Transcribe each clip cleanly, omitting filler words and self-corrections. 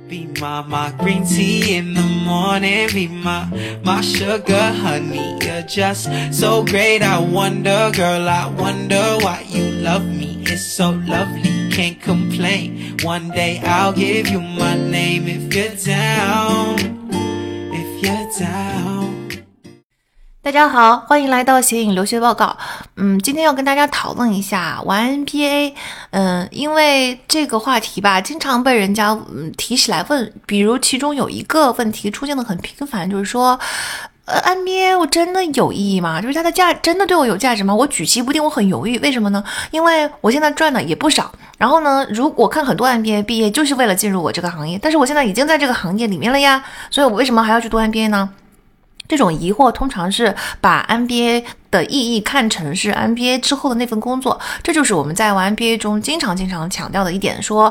Be my green tea in the morning. Be my sugar honey. You're just so great. I wonder, girl, I wonder why you love me. It's so lovely, can't complain. One day I'll give you my name if you're down. If you're down. 大家好，欢迎来到写影留学报告。今天要跟大家讨论一下玩 NBA。因为这个话题吧，经常被人家提起来问，比如其中有一个问题出现的很频繁，就是说NBA 我真的有意义吗？就是它的真的对我有价值吗？我举棋不定，我很犹豫，为什么呢？因为我现在赚的也不少，然后呢，如果看很多 NBA 毕业就是为了进入我这个行业，但是我现在已经在这个行业里面了呀，所以我为什么还要去读 NBA 呢？这种疑惑通常是把 NBA 的意义看成是 NBA 之后的那份工作，这就是我们在玩 NBA 中经常强调的一点，说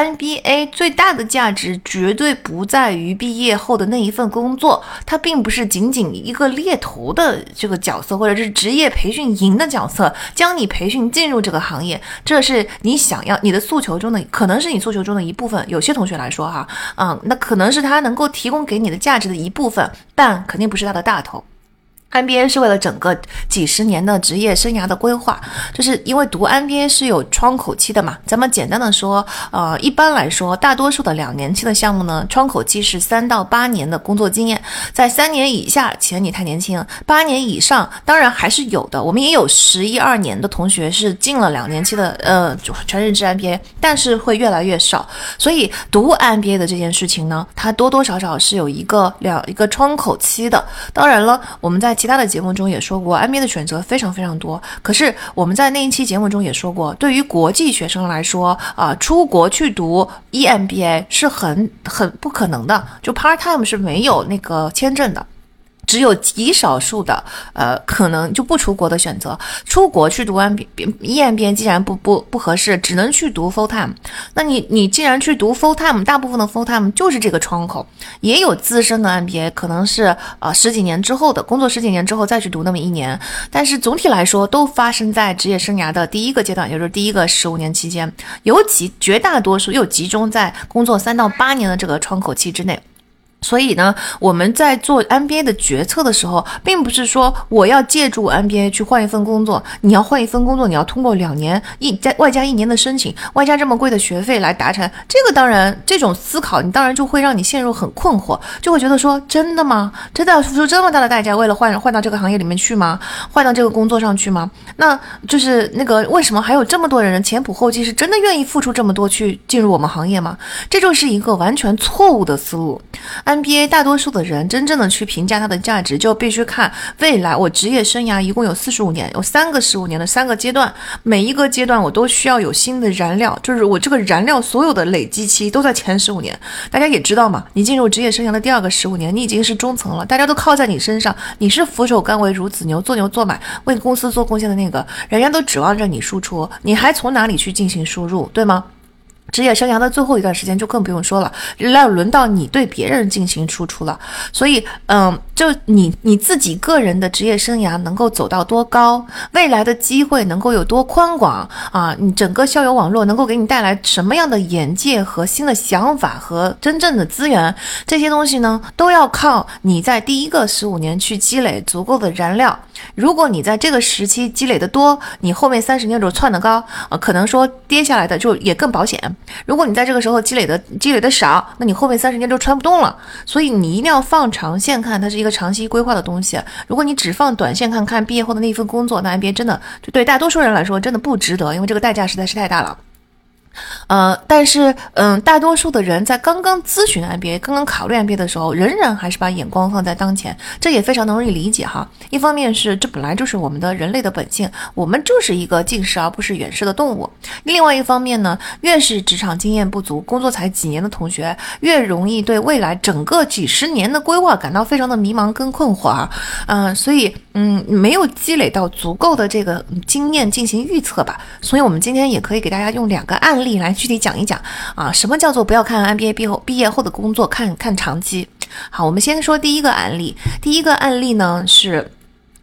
NBA 最大的价值绝对不在于毕业后的那一份工作，它并不是仅仅一个猎头的这个角色，或者是职业培训营的角色，将你培训进入这个行业，这是你想要你的诉求中的，可能是你诉求中的一部分，有些同学来说哈，那可能是它能够提供给你的价值的一部分，但肯定不是它的大头。NBA 是为了整个几十年的职业生涯的规划，就是因为读 NBA 是有窗口期的嘛。咱们简单的说，一般来说，大多数的2年期的项目呢，窗口期是3到8年的工作经验，在3年以下嫌你太年轻，8年以上当然还是有的。我们也有11、12年的同学是进了2年期的全日制 NBA， 但是会越来越少。所以读 NBA 的这件事情呢，它多多少少是有一个窗口期的。当然了，我们在其他的节目中也说过 NBA 的选择非常非常多，可是我们在那一期节目中也说过，对于国际学生来说出国去读 EMBA 是很不可能的，就 part time 是没有那个签证的，只有极少数的可能就不出国的选择，出国去读 EMBA 既然不合适，只能去读 full time。那你既然去读 full time， 大部分的 full time 就是这个窗口，也有资深的 MBA 可能是十几年之后的工作，10几年之后再去读那么1年，但是总体来说都发生在职业生涯的第一个阶段，也就是第一个15年期间，尤其绝大多数又集中在工作3到8年的这个窗口期之内。所以呢，我们在做 NBA 的决策的时候，并不是说我要借助 NBA 去换一份工作，你要换一份工作，你要通过2年外加1年的申请，外加这么贵的学费来达成，这个当然这种思考你当然就会让你陷入很困惑，就会觉得说真的吗？真的要付出这么大的代价为了换到这个行业里面去吗？换到这个工作上去吗？那就是那个为什么还有这么多人前仆后继是真的愿意付出这么多去进入我们行业吗？这就是一个完全错误的思路。NBA 大多数的人真正的去评价它的价值，就必须看未来我职业生涯一共有45年，有3个15年的3个阶段，每一个阶段我都需要有新的燃料，就是我这个燃料所有的累积期都在前15年。大家也知道嘛，你进入职业生涯的第2个15年，你已经是中层了，大家都靠在你身上，你是俯首甘为孺子牛，做牛做马，为公司做贡献的那个，人家都指望着你输出，你还从哪里去进行输入，对吗？职业生涯的最后一段时间就更不用说了，要轮到你对别人进行输出了。所以就你自己个人的职业生涯能够走到多高，未来的机会能够有多宽广你整个校友网络能够给你带来什么样的眼界和新的想法和真正的资源，这些东西呢都要靠你在第一个15年去积累足够的燃料。如果你在这个时期积累的多，你后面30年的时候窜得高可能说跌下来的就也更保险。如果你在这个时候积累的少，那你后面30年就穿不动了。所以你一定要放长线看，它是一个长期规划的东西。如果你只放短线看毕业后的那一份工作，那 NBA 真的就对大多数人来说真的不值得，因为这个代价实在是太大了。但是大多数的人在刚刚咨询 NBA 刚刚考虑 NBA 的时候，仍然还是把眼光放在当前，这也非常容易理解哈。一方面是这本来就是我们的人类的本性，我们就是一个近视而不是远视的动物。另外一方面呢，越是职场经验不足，工作才几年的同学，越容易对未来整个几十年的规划感到非常的迷茫跟困惑所以没有积累到足够的这个经验进行预测吧。所以我们今天也可以给大家用2个案例来具体讲一讲什么叫做不要看 NBA 毕业后的工作，看长期。好，我们先说第一个案例。第一个案例呢是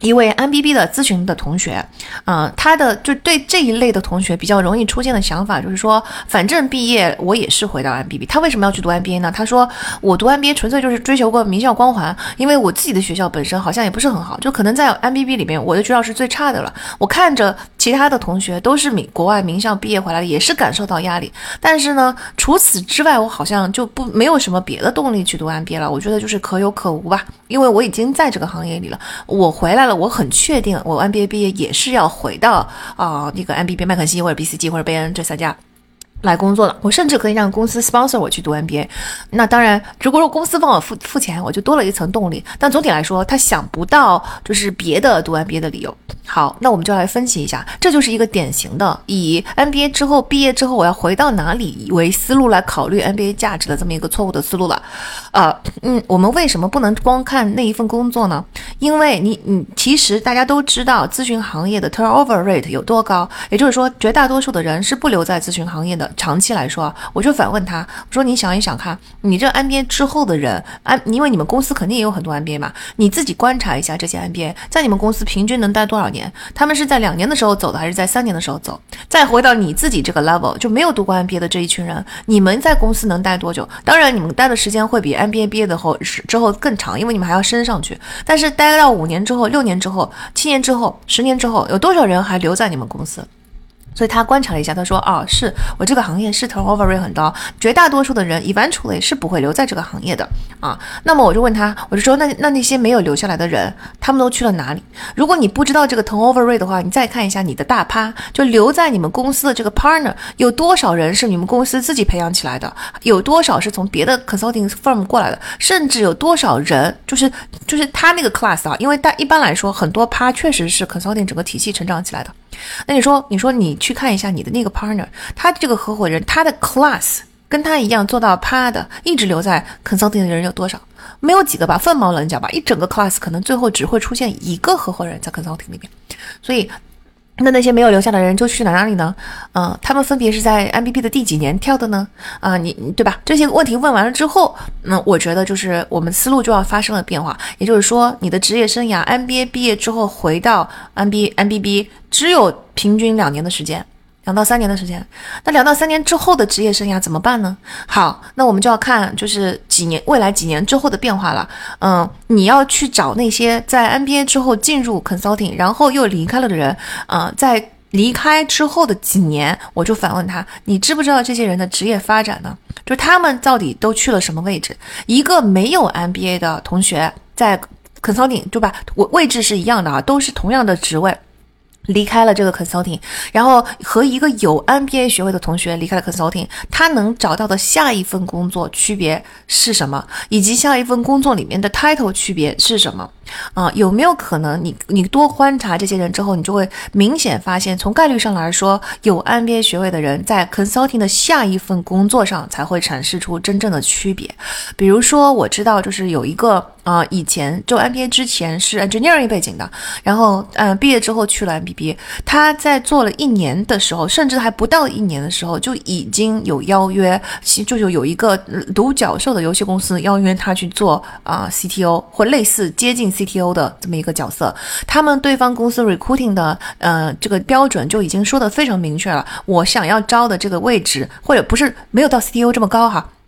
一位 MBB 的咨询的同学，他的就对这一类的同学比较容易出现的想法就是说，反正毕业我也是回到 MBB。他为什么要去读 MBA 呢？他说我读 MBA 纯粹就是追求过名校光环，因为我自己的学校本身好像也不是很好，就可能在 MBB 里面我的学校是最差的了。我看着其他的同学都是国外名校毕业回来的，也是感受到压力，但是呢，除此之外我好像就没有什么别的动力去读 MBA 了。我觉得就是可有可无吧，因为我已经在这个行业里了，我回来了。我很确定，我 MBA 毕业也是要回到那个 MBB 麦肯锡或者 BCG 或者贝恩这3家来工作的。我甚至可以让公司 sponsor 我去读 MBA。那当然，如果公司帮我付钱，我就多了一层动力。但总体来说，他想不到就是别的读 MBA 的理由。好，那我们就来分析一下，这就是一个典型的以 MBA 之后毕业之后我要回到哪里为思路来考虑 MBA 价值的这么一个错误的思路了。我们为什么不能光看那一份工作呢？因为你其实大家都知道咨询行业的 turnover rate 有多高，也就是说绝大多数的人是不留在咨询行业的。长期来说，我就反问他，我说你想一想看，你这 MBA 之后的人，因为你们公司肯定也有很多 MBA 嘛，你自己观察一下这些 MBA 在你们公司平均能待多少年？他们是在2年的时候走的，还是在3年的时候走？再回到你自己这个 level， 就没有读过 MBA 的这一群人，你们在公司能待多久？当然，你们待的时间会比 MBA 毕业之后更长，因为你们还要升上去。但是待到5年之后、6年之后、7年之后、10年之后，有多少人还留在你们公司？所以他观察了一下，他说是我这个行业是 turnover rate 很高，绝大多数的人 eventually 是不会留在这个行业的那么我就问他，我就说那些没有留下来的人，他们都去了哪里？如果你不知道这个 turnover rate 的话，你再看一下你的大趴，就留在你们公司的这个 partner， 有多少人是你们公司自己培养起来的，有多少是从别的 consulting firm 过来的，甚至有多少人就是他那个 class 因为一般来说很多趴确实是 consulting 整个体系成长起来的。那你说你去看一下你的那个 partner， 他这个合伙人，他的 class 跟他一样做到趴的，一直留在 consulting 的人有多少？没有几个吧，凤毛麟角吧，一整个 class 可能最后只会出现一个合伙人在 consulting 里面。所以那些没有留下的人就去哪里呢？他们分别是在 MBB 的第几年跳的呢？你对吧？这些问题问完了之后，我觉得就是我们思路就要发生了变化。也就是说，你的职业生涯 MBA 毕业之后回到 MBB 只有平均2年的时间。2到3年的时间，那2到3年之后的职业生涯怎么办呢？好，那我们就要看就是未来几年之后的变化了。你要去找那些在 MBA 之后进入 consulting， 然后又离开了的人，在离开之后的几年，我就反问他，你知不知道这些人的职业发展呢？就是他们到底都去了什么位置？一个没有 MBA 的同学在 consulting， 对吧？位置是一样的都是同样的职位。离开了这个 consulting， 然后和一个有 MBA 学位的同学离开了 consulting， 他能找到的下一份工作区别是什么，以及下一份工作里面的 title 区别是什么？有没有可能你多观察这些人之后，你就会明显发现，从概率上来说，有 MBA 学位的人在 consulting 的下一份工作上才会阐释出真正的区别。比如说，我知道就是有一个以前就 MBA 之前是 engineering 背景的，然后毕业之后去了 MBB， 他在做了1年的时候，甚至还不到1年的时候，就已经有邀约，就有一个独角兽的游戏公司邀约他去做CTO 或类似接近CTO 的这么一个角色。他们对方公司 recruiting 的这个标准就已经说得非常明确了，我想要招的这个位置，或者不是没有到 CTO 这么高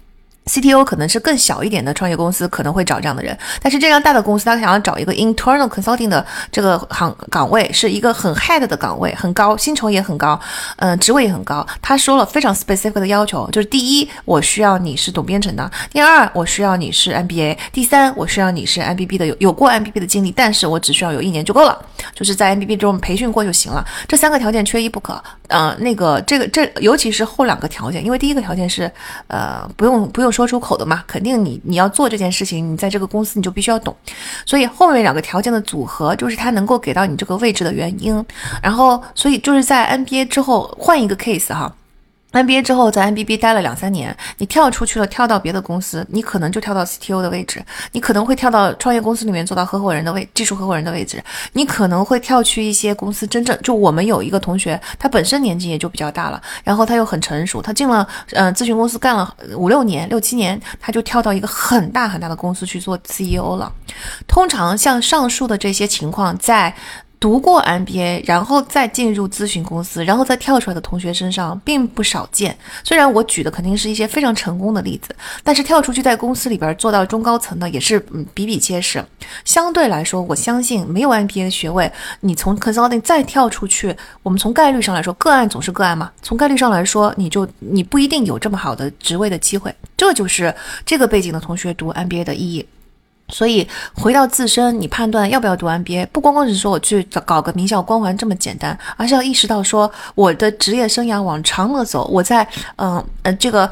CTO 可能是更小一点的创业公司可能会找这样的人，但是这样大的公司他想要找一个 internal consulting 的这个岗位，是一个很 head 的岗位，很高，薪酬也很高，职位也很高。他说了非常 specific 的要求，就是第一，我需要你是懂编程的；第二，我需要你是 MBA；第三，我需要你是 MBB 的有过 MBB 的经历，但是我只需要有1年就够了，就是在 MBB 中培训过就行了。这3个条件缺一不可。这尤其是后2个条件，因为第一个条件是不用说出口的嘛，肯定你要做这件事情，你在这个公司你就必须要懂，所以后面2个条件的组合就是它能够给到你这个位置的原因。然后所以就是在 MBA 之后换一个 case MBA 之后在 MBB 待了2-3年，你跳出去了，跳到别的公司，你可能就跳到 CTO 的位置，你可能会跳到创业公司里面做到合伙人的技术合伙人的位置，你可能会跳去一些公司，真正就我们有一个同学，他本身年纪也就比较大了，然后他又很成熟，他进了咨询公司干了5-6年、6-7年，他就跳到一个很大很大的公司去做 CEO 了。通常像上述的这些情况，在读过 MBA 然后再进入咨询公司然后再跳出来的同学身上并不少见，虽然我举的肯定是一些非常成功的例子，但是跳出去在公司里边做到中高层的也是比比皆是。相对来说，我相信没有 MBA 的学位，你从 consulting 再跳出去，我们从概率上来说，个案总是个案嘛，从概率上来说，你不一定有这么好的职位的机会，这就是这个背景的同学读 MBA 的意义。所以回到自身，你判断要不要读 MBA， 不光光是说我去搞个名校光环这么简单，而是要意识到说我的职业生涯往长了走，我在这个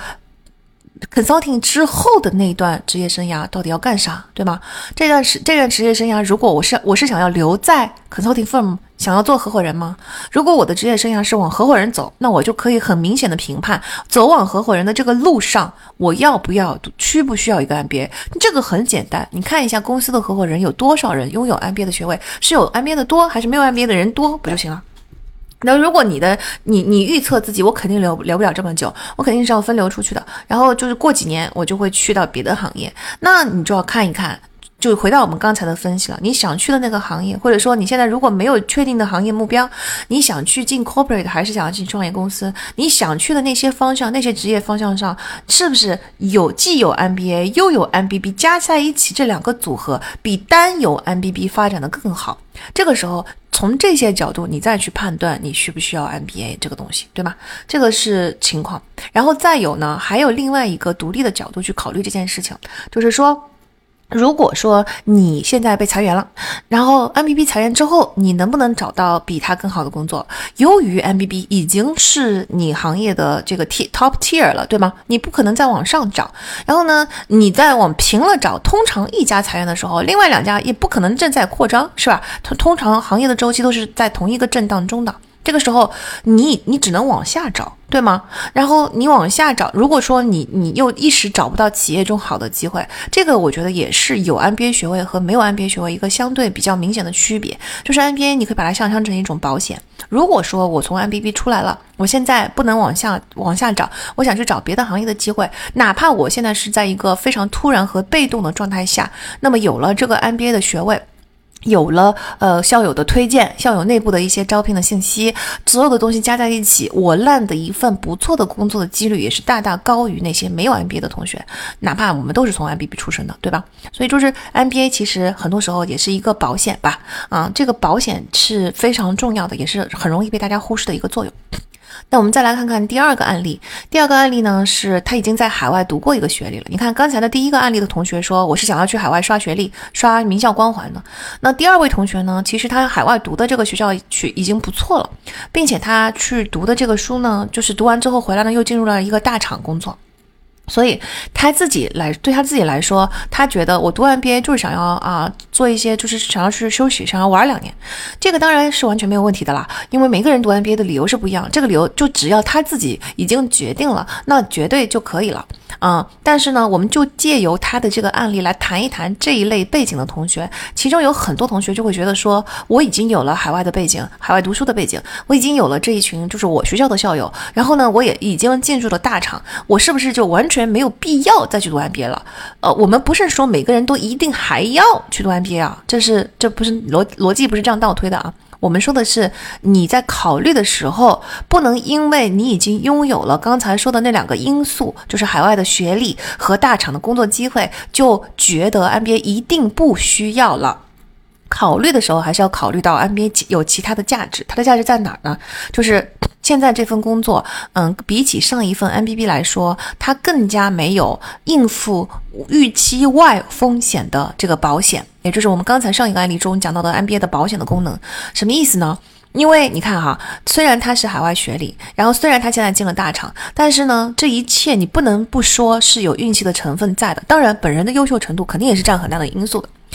consulting 之后的那段职业生涯到底要干啥，对吗？这段职业生涯，如果我是想要留在 consulting firm， 想要做合伙人吗？如果我的职业生涯是往合伙人走，那我就可以很明显的评判，走往合伙人的这个路上，我要不要需不需要一个 MBA？ 这个很简单，你看一下公司的合伙人有多少人拥有 MBA 的学位，是有 MBA 的多还是没有 MBA 的人多，不就行了？那如果你预测自己我肯定留不了这么久，我肯定是要分流出去的，然后就是过几年我就会去到别的行业，那你就要看一看，就回到我们刚才的分析了，你想去的那个行业，或者说你现在如果没有确定的行业目标，你想去进 corporate 还是想要进创业公司，你想去的那些方向，那些职业方向上，是不是既有 MBA 又有 MBB 加在一起，这两个组合比单有 MBB 发展的更好？这个时候从这些角度你再去判断你需不需要 MBA 这个东西，对吗？这个是情况。然后再有呢，还有另外一个独立的角度去考虑这件事情，就是说如果说你现在被裁员了，然后 MBB 裁员之后，你能不能找到比他更好的工作？由于 MBB 已经是你行业的这个 top tier 了，对吗？你不可能再往上找。然后呢，你再往平了找，通常一家裁员的时候，另外2家也不可能正在扩张，是吧？通常行业的周期都是在同一个震荡中的。这个时候你只能往下找，对吗？然后你往下找，如果说你又一时找不到企业中好的机会，这个我觉得也是有 MBA 学位和没有 MBA 学位一个相对比较明显的区别，就是 MBA 你可以把它想象成一种保险。如果说我从 MBB 出来了，我现在不能往下找，我想去找别的行业的机会，哪怕我现在是在一个非常突然和被动的状态下，那么有了这个 MBA 的学位，有了校友的推荐，校友内部的一些招聘的信息，所有的东西加在一起，我land的一份不错的工作的几率也是大大高于那些没有 MBA 的同学，哪怕我们都是从 MBB 出身的，对吧？所以就是 MBA 其实很多时候也是一个保险吧，这个保险是非常重要的，也是很容易被大家忽视的一个作用。那我们再来看看第二个案例。第二个案例呢，是他已经在海外读过一个学历了。你看刚才的第一个案例的同学说我是想要去海外刷学历，刷名校光环的。那第二位同学呢，其实他海外读的这个学校已经不错了，并且他去读的这个书呢，就是读完之后回来呢，又进入了一个大厂工作。所以对他自己来说，他觉得我读 MBA 就是想要做一些，就是想要去休息，想要玩2年，这个当然是完全没有问题的啦。因为每个人读 MBA 的理由是不一样，这个理由就只要他自己已经决定了，那绝对就可以了。但是呢，我们就借由他的这个案例来谈一谈这一类背景的同学，其中有很多同学就会觉得说，我已经有了海外的背景，海外读书的背景，我已经有了这一群就是我学校的校友，然后呢，我也已经进入了大厂，我是不是就完全没有必要再去读 MBA 了？我们不是说每个人都一定还要去读 MBA 啊，这不是逻辑不是这样倒推的啊。我们说的是你在考虑的时候，不能因为你已经拥有了刚才说的那2个因素，就是海外的学历和大厂的工作机会，就觉得 MBA 一定不需要了。考虑的时候还是要考虑到 MBA 有其他的价值，它的价值在哪儿呢？就是现在这份工作，比起上一份 MBB 来说，它更加没有应付预期外风险的这个保险，也就是我们刚才上一个案例中讲到的 MBA 的保险的功能。什么意思呢？因为你看哈，虽然他是海外学历，然后虽然他现在进了大厂，但是呢，这一切你不能不说是有运气的成分在的。当然，本人的优秀程度肯定也是占很大的因素的。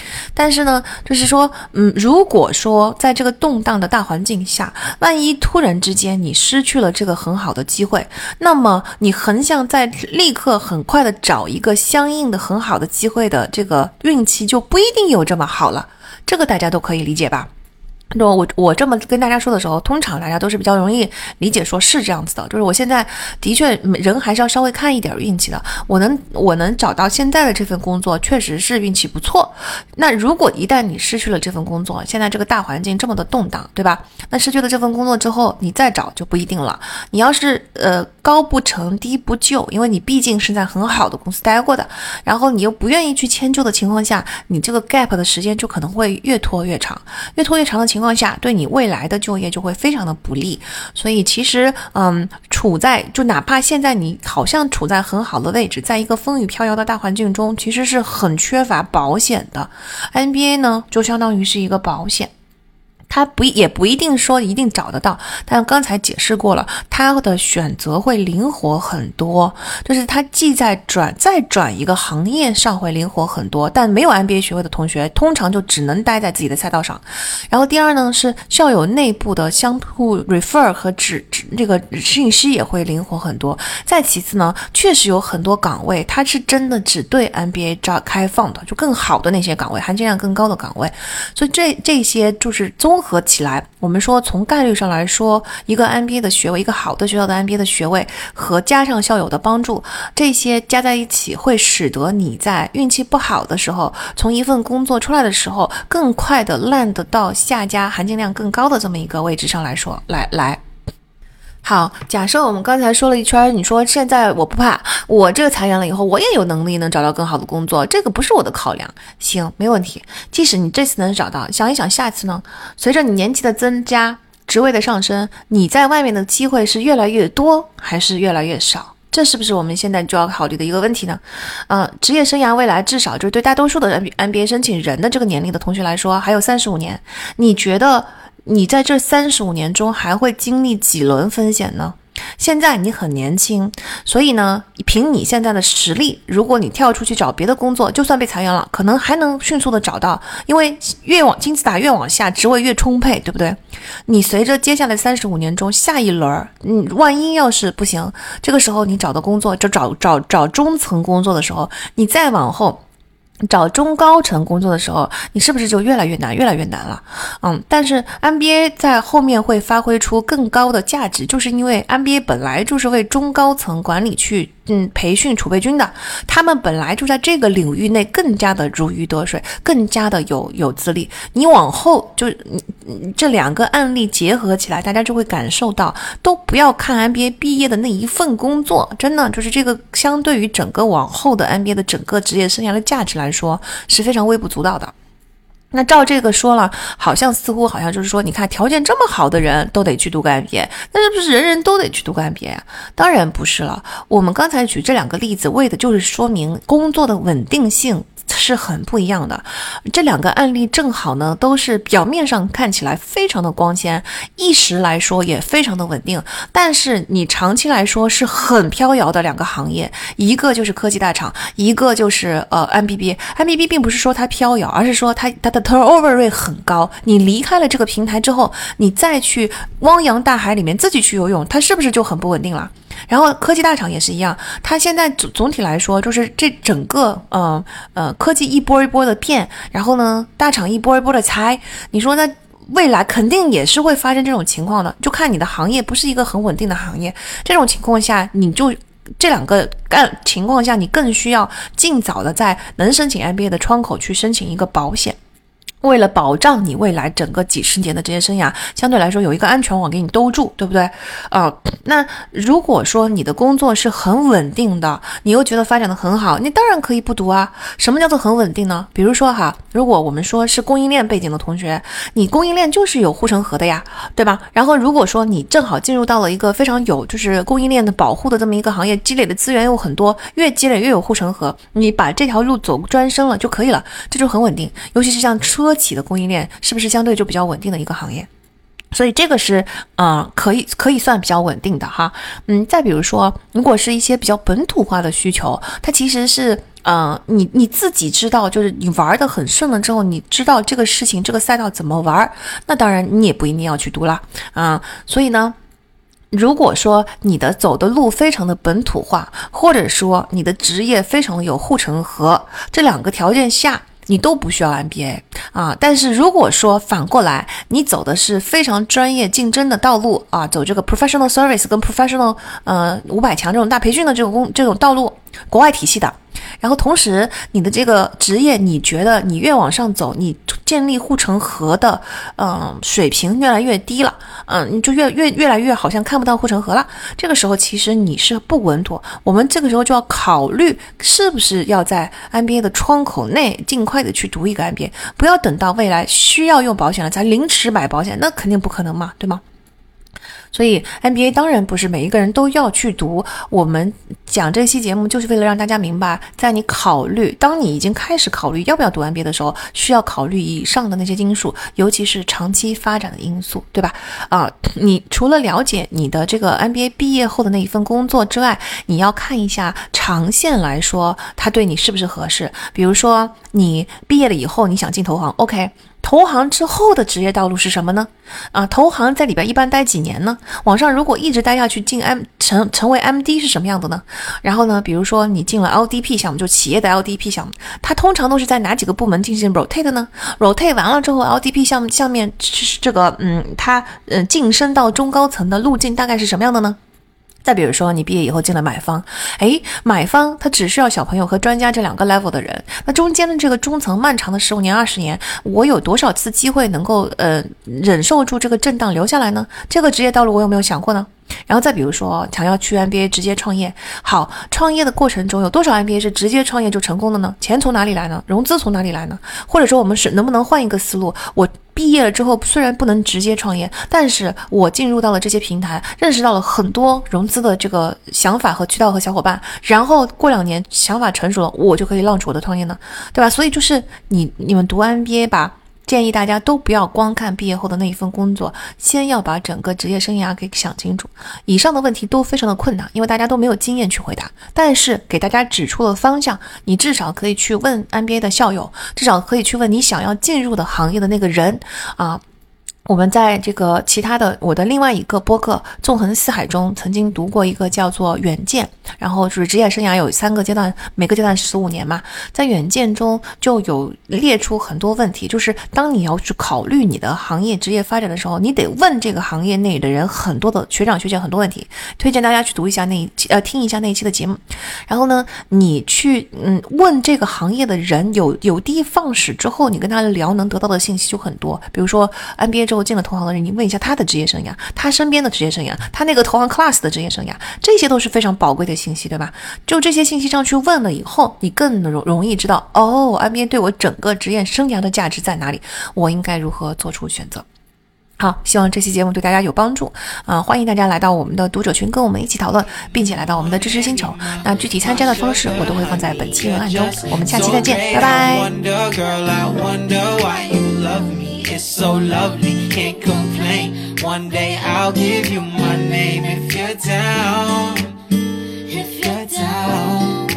但是呢，就是说，如果说在这个动荡的大环境下，万一突然之间你失去了这个很好的机会，那么你很想在立刻很快的找一个相应的很好的机会的这个运气就不一定有这么好了，这个大家都可以理解吧。我这么跟大家说的时候，通常大家都是比较容易理解，说是这样子的，就是我现在的确人还是要稍微看一点运气的，我能找到现在的这份工作确实是运气不错。那如果一旦你失去了这份工作，现在这个大环境这么的动荡，对吧？那失去了这份工作之后，你再找就不一定了。你要是高不成低不就，因为你毕竟是在很好的公司待过的，然后你又不愿意去迁就的情况下，你这个 gap 的时间就可能会越拖越长，越拖越长的情况下，对你未来的就业就会非常的不利。所以其实哪怕现在你好像处在很好的位置，在一个风雨飘摇的大环境中，其实是很缺乏保险的。 NBA 呢就相当于是一个保险，他也不一定说一定找得到，但刚才解释过了，他的选择会灵活很多，就是他既再转一个行业上会灵活很多，但没有 MBA 学位的同学通常就只能待在自己的赛道上。然后第二呢是校友内部的相互 refer 和这个信息也会灵活很多。再其次呢，确实有很多岗位它是真的只对 MBA 开放的，就更好的那些岗位，含金量更高的岗位。所以这些就是综合起来，我们说从概率上来说，一个 MBA 的学位，一个好的学校的 MBA 的学位和加上校友的帮助，这些加在一起会使得你在运气不好的时候，从一份工作出来的时候，更快的land到下家含金量更高的这么一个位置上来说，来。好，假设我们刚才说了一圈，你说现在我不怕，我这个裁员了以后，我也有能力能找到更好的工作，这个不是我的考量。行，没问题。即使你这次能找到，想一想下次呢？随着你年纪的增加，职位的上升，你在外面的机会是越来越多还是越来越少？这是不是我们现在就要考虑的一个问题呢？职业生涯未来至少就是对大多数的 MBA 申请人的这个年龄的同学来说，还有35年。你觉得你在这35年中还会经历几轮风险呢？现在你很年轻，所以呢，凭你现在的实力，如果你跳出去找别的工作，就算被裁员了，可能还能迅速的找到，因为金字塔越往下，职位越充沛，对不对？你随着接下来35年中下一轮，万一要是不行，这个时候你找的工作就找中层工作的时候，你再往后找中高层工作的时候，你是不是就越来越难了？但是 MBA 在后面会发挥出更高的价值，就是因为 MBA 本来就是为中高层管理去培训储备军的，他们本来就在这个领域内更加的如鱼得水，更加的有资历。你往后就这两个案例结合起来，大家就会感受到，都不要看 MBA 毕业的那一份工作，真的就是这个相对于整个往后的 MBA 的整个职业生涯的价值来说是非常微不足道的。那照这个说了，似乎就是说，你看条件这么好的人都得去读个 MBA， 那是不是人人都得去读个 MBA 啊？当然不是了。我们刚才举这两个例子，为的就是说明工作的稳定性是很不一样的。这两个案例正好呢，都是表面上看起来非常的光鲜，一时来说也非常的稳定，但是你长期来说是很飘摇的两个行业，一个就是科技大厂，一个就是MBB 并不是说它飘摇，而是说它的 turnover rate 很高。你离开了这个平台之后，你再去汪洋大海里面自己去游泳，它是不是就很不稳定了？然后科技大厂也是一样，它现在总体来说就是这整个科技一波一波的变，然后呢大厂一波一波的裁，你说呢？未来肯定也是会发生这种情况的，就看你的行业不是一个很稳定的行业，这种情况下你就这两个情况下，你更需要尽早的在能申请 MBA 的窗口去申请一个保险，为了保障你未来整个几十年的职业生涯，相对来说有一个安全网给你兜住，对不对？那如果说你的工作是很稳定的，你又觉得发展的很好，你当然可以不读啊。什么叫做很稳定呢？比如说如果我们说是供应链背景的同学，你供应链就是有护城河的呀，对吧？然后如果说你正好进入到了一个非常有就是供应链的保护的这么一个行业，积累的资源又很多，越积累越有护城河，你把这条路走专升了就可以了，这就很稳定。尤其是像车企的供应链，是不是相对就比较稳定的一个行业？所以这个是可以算比较稳定的哈。再比如说，如果是一些比较本土化的需求，它其实是你自己知道，就是你玩得很顺了之后，你知道这个事情这个赛道怎么玩，那当然你也不一定要去读了所以呢，如果说你的走的路非常的本土化，或者说你的职业非常的有护城河，这两个条件下你都不需要 MBA 但是如果说反过来你走的是非常专业竞争的道路走这个 professional service 跟 professional 500强这种大培训的这种道路，国外体系的，然后同时你的这个职业你觉得你越往上走，你建立护城河的水平越来越低了你就越来越好像看不到护城河了，这个时候其实你是不稳妥，我们这个时候就要考虑是不是要在 MBA 的窗口内尽快的去读一个 MBA， 不要等到未来需要用保险了才临时买保险，那肯定不可能嘛，对吗？所以 MBA 当然不是每一个人都要去读，我们讲这期节目就是为了让大家明白，在你当你已经开始考虑要不要读 MBA 的时候，需要考虑以上的那些因素，尤其是长期发展的因素，对吧？你除了了解你的这个 MBA 毕业后的那一份工作之外，你要看一下长线来说它对你是不是合适。比如说你毕业了以后你想进投行 OK，投行之后的职业道路是什么呢？投行在里边一般待几年呢？往上如果一直待下去成为 MD 是什么样的呢？然后呢，比如说你进了 LDP 项目，就企业的 LDP 项目，它通常都是在哪几个部门进行 rotate 呢？ rotate 完了之后 LDP 项目下面这个它晋升到中高层的路径大概是什么样的呢？再比如说你毕业以后进了买方，买方他只需要小朋友和专家这两个 level 的人，那中间的这个中层漫长的15年20年，我有多少次机会能够忍受住这个震荡留下来呢？这个职业道路我有没有想过呢？然后再比如说想要去 MBA 直接创业，好，创业的过程中有多少 MBA 是直接创业就成功的呢？钱从哪里来呢？融资从哪里来呢？或者说我们能不能换一个思路，我毕业了之后虽然不能直接创业，但是我进入到了这些平台，认识到了很多融资的这个想法和渠道和小伙伴，然后过2年想法成熟了，我就可以 launch 我的创业呢，对吧？所以就是你们读 MBA 吧，建议大家都不要光看毕业后的那一份工作，先要把整个职业生涯给想清楚。以上的问题都非常的困难，因为大家都没有经验去回答，但是给大家指出了方向，你至少可以去问 MBA 的校友，至少可以去问你想要进入的行业的那个人我们在这个其他的我的另外一个播客纵横四海中曾经读过一个叫做远见，然后就是职业生涯有3个阶段，每个阶段15年嘛，在远见中就有列出很多问题，就是当你要去考虑你的行业职业发展的时候，你得问这个行业内的人很多的学长学姐很多问题，推荐大家去读一下听一下那一期的节目。然后呢，你去问这个行业的人有的放矢之后，你跟他聊能得到的信息就很多。比如说 MBA 之后进了投行的人，你问一下他的职业生涯，他身边的职业生涯，他那个投行 class 的职业生涯，这些都是非常宝贵的信息，对吧？就这些信息上去问了以后，你更容易知道MBA 对我整个职业生涯的价值在哪里，我应该如何做出选择。好，希望这期节目对大家有帮助欢迎大家来到我们的读者群跟我们一起讨论，并且来到我们的知识星球。那具体参加的方式我都会放在本期文案中，我们下期再见，拜拜。 It's so lovely, can't complain. One day I'll give you my name if you're down. If you're down.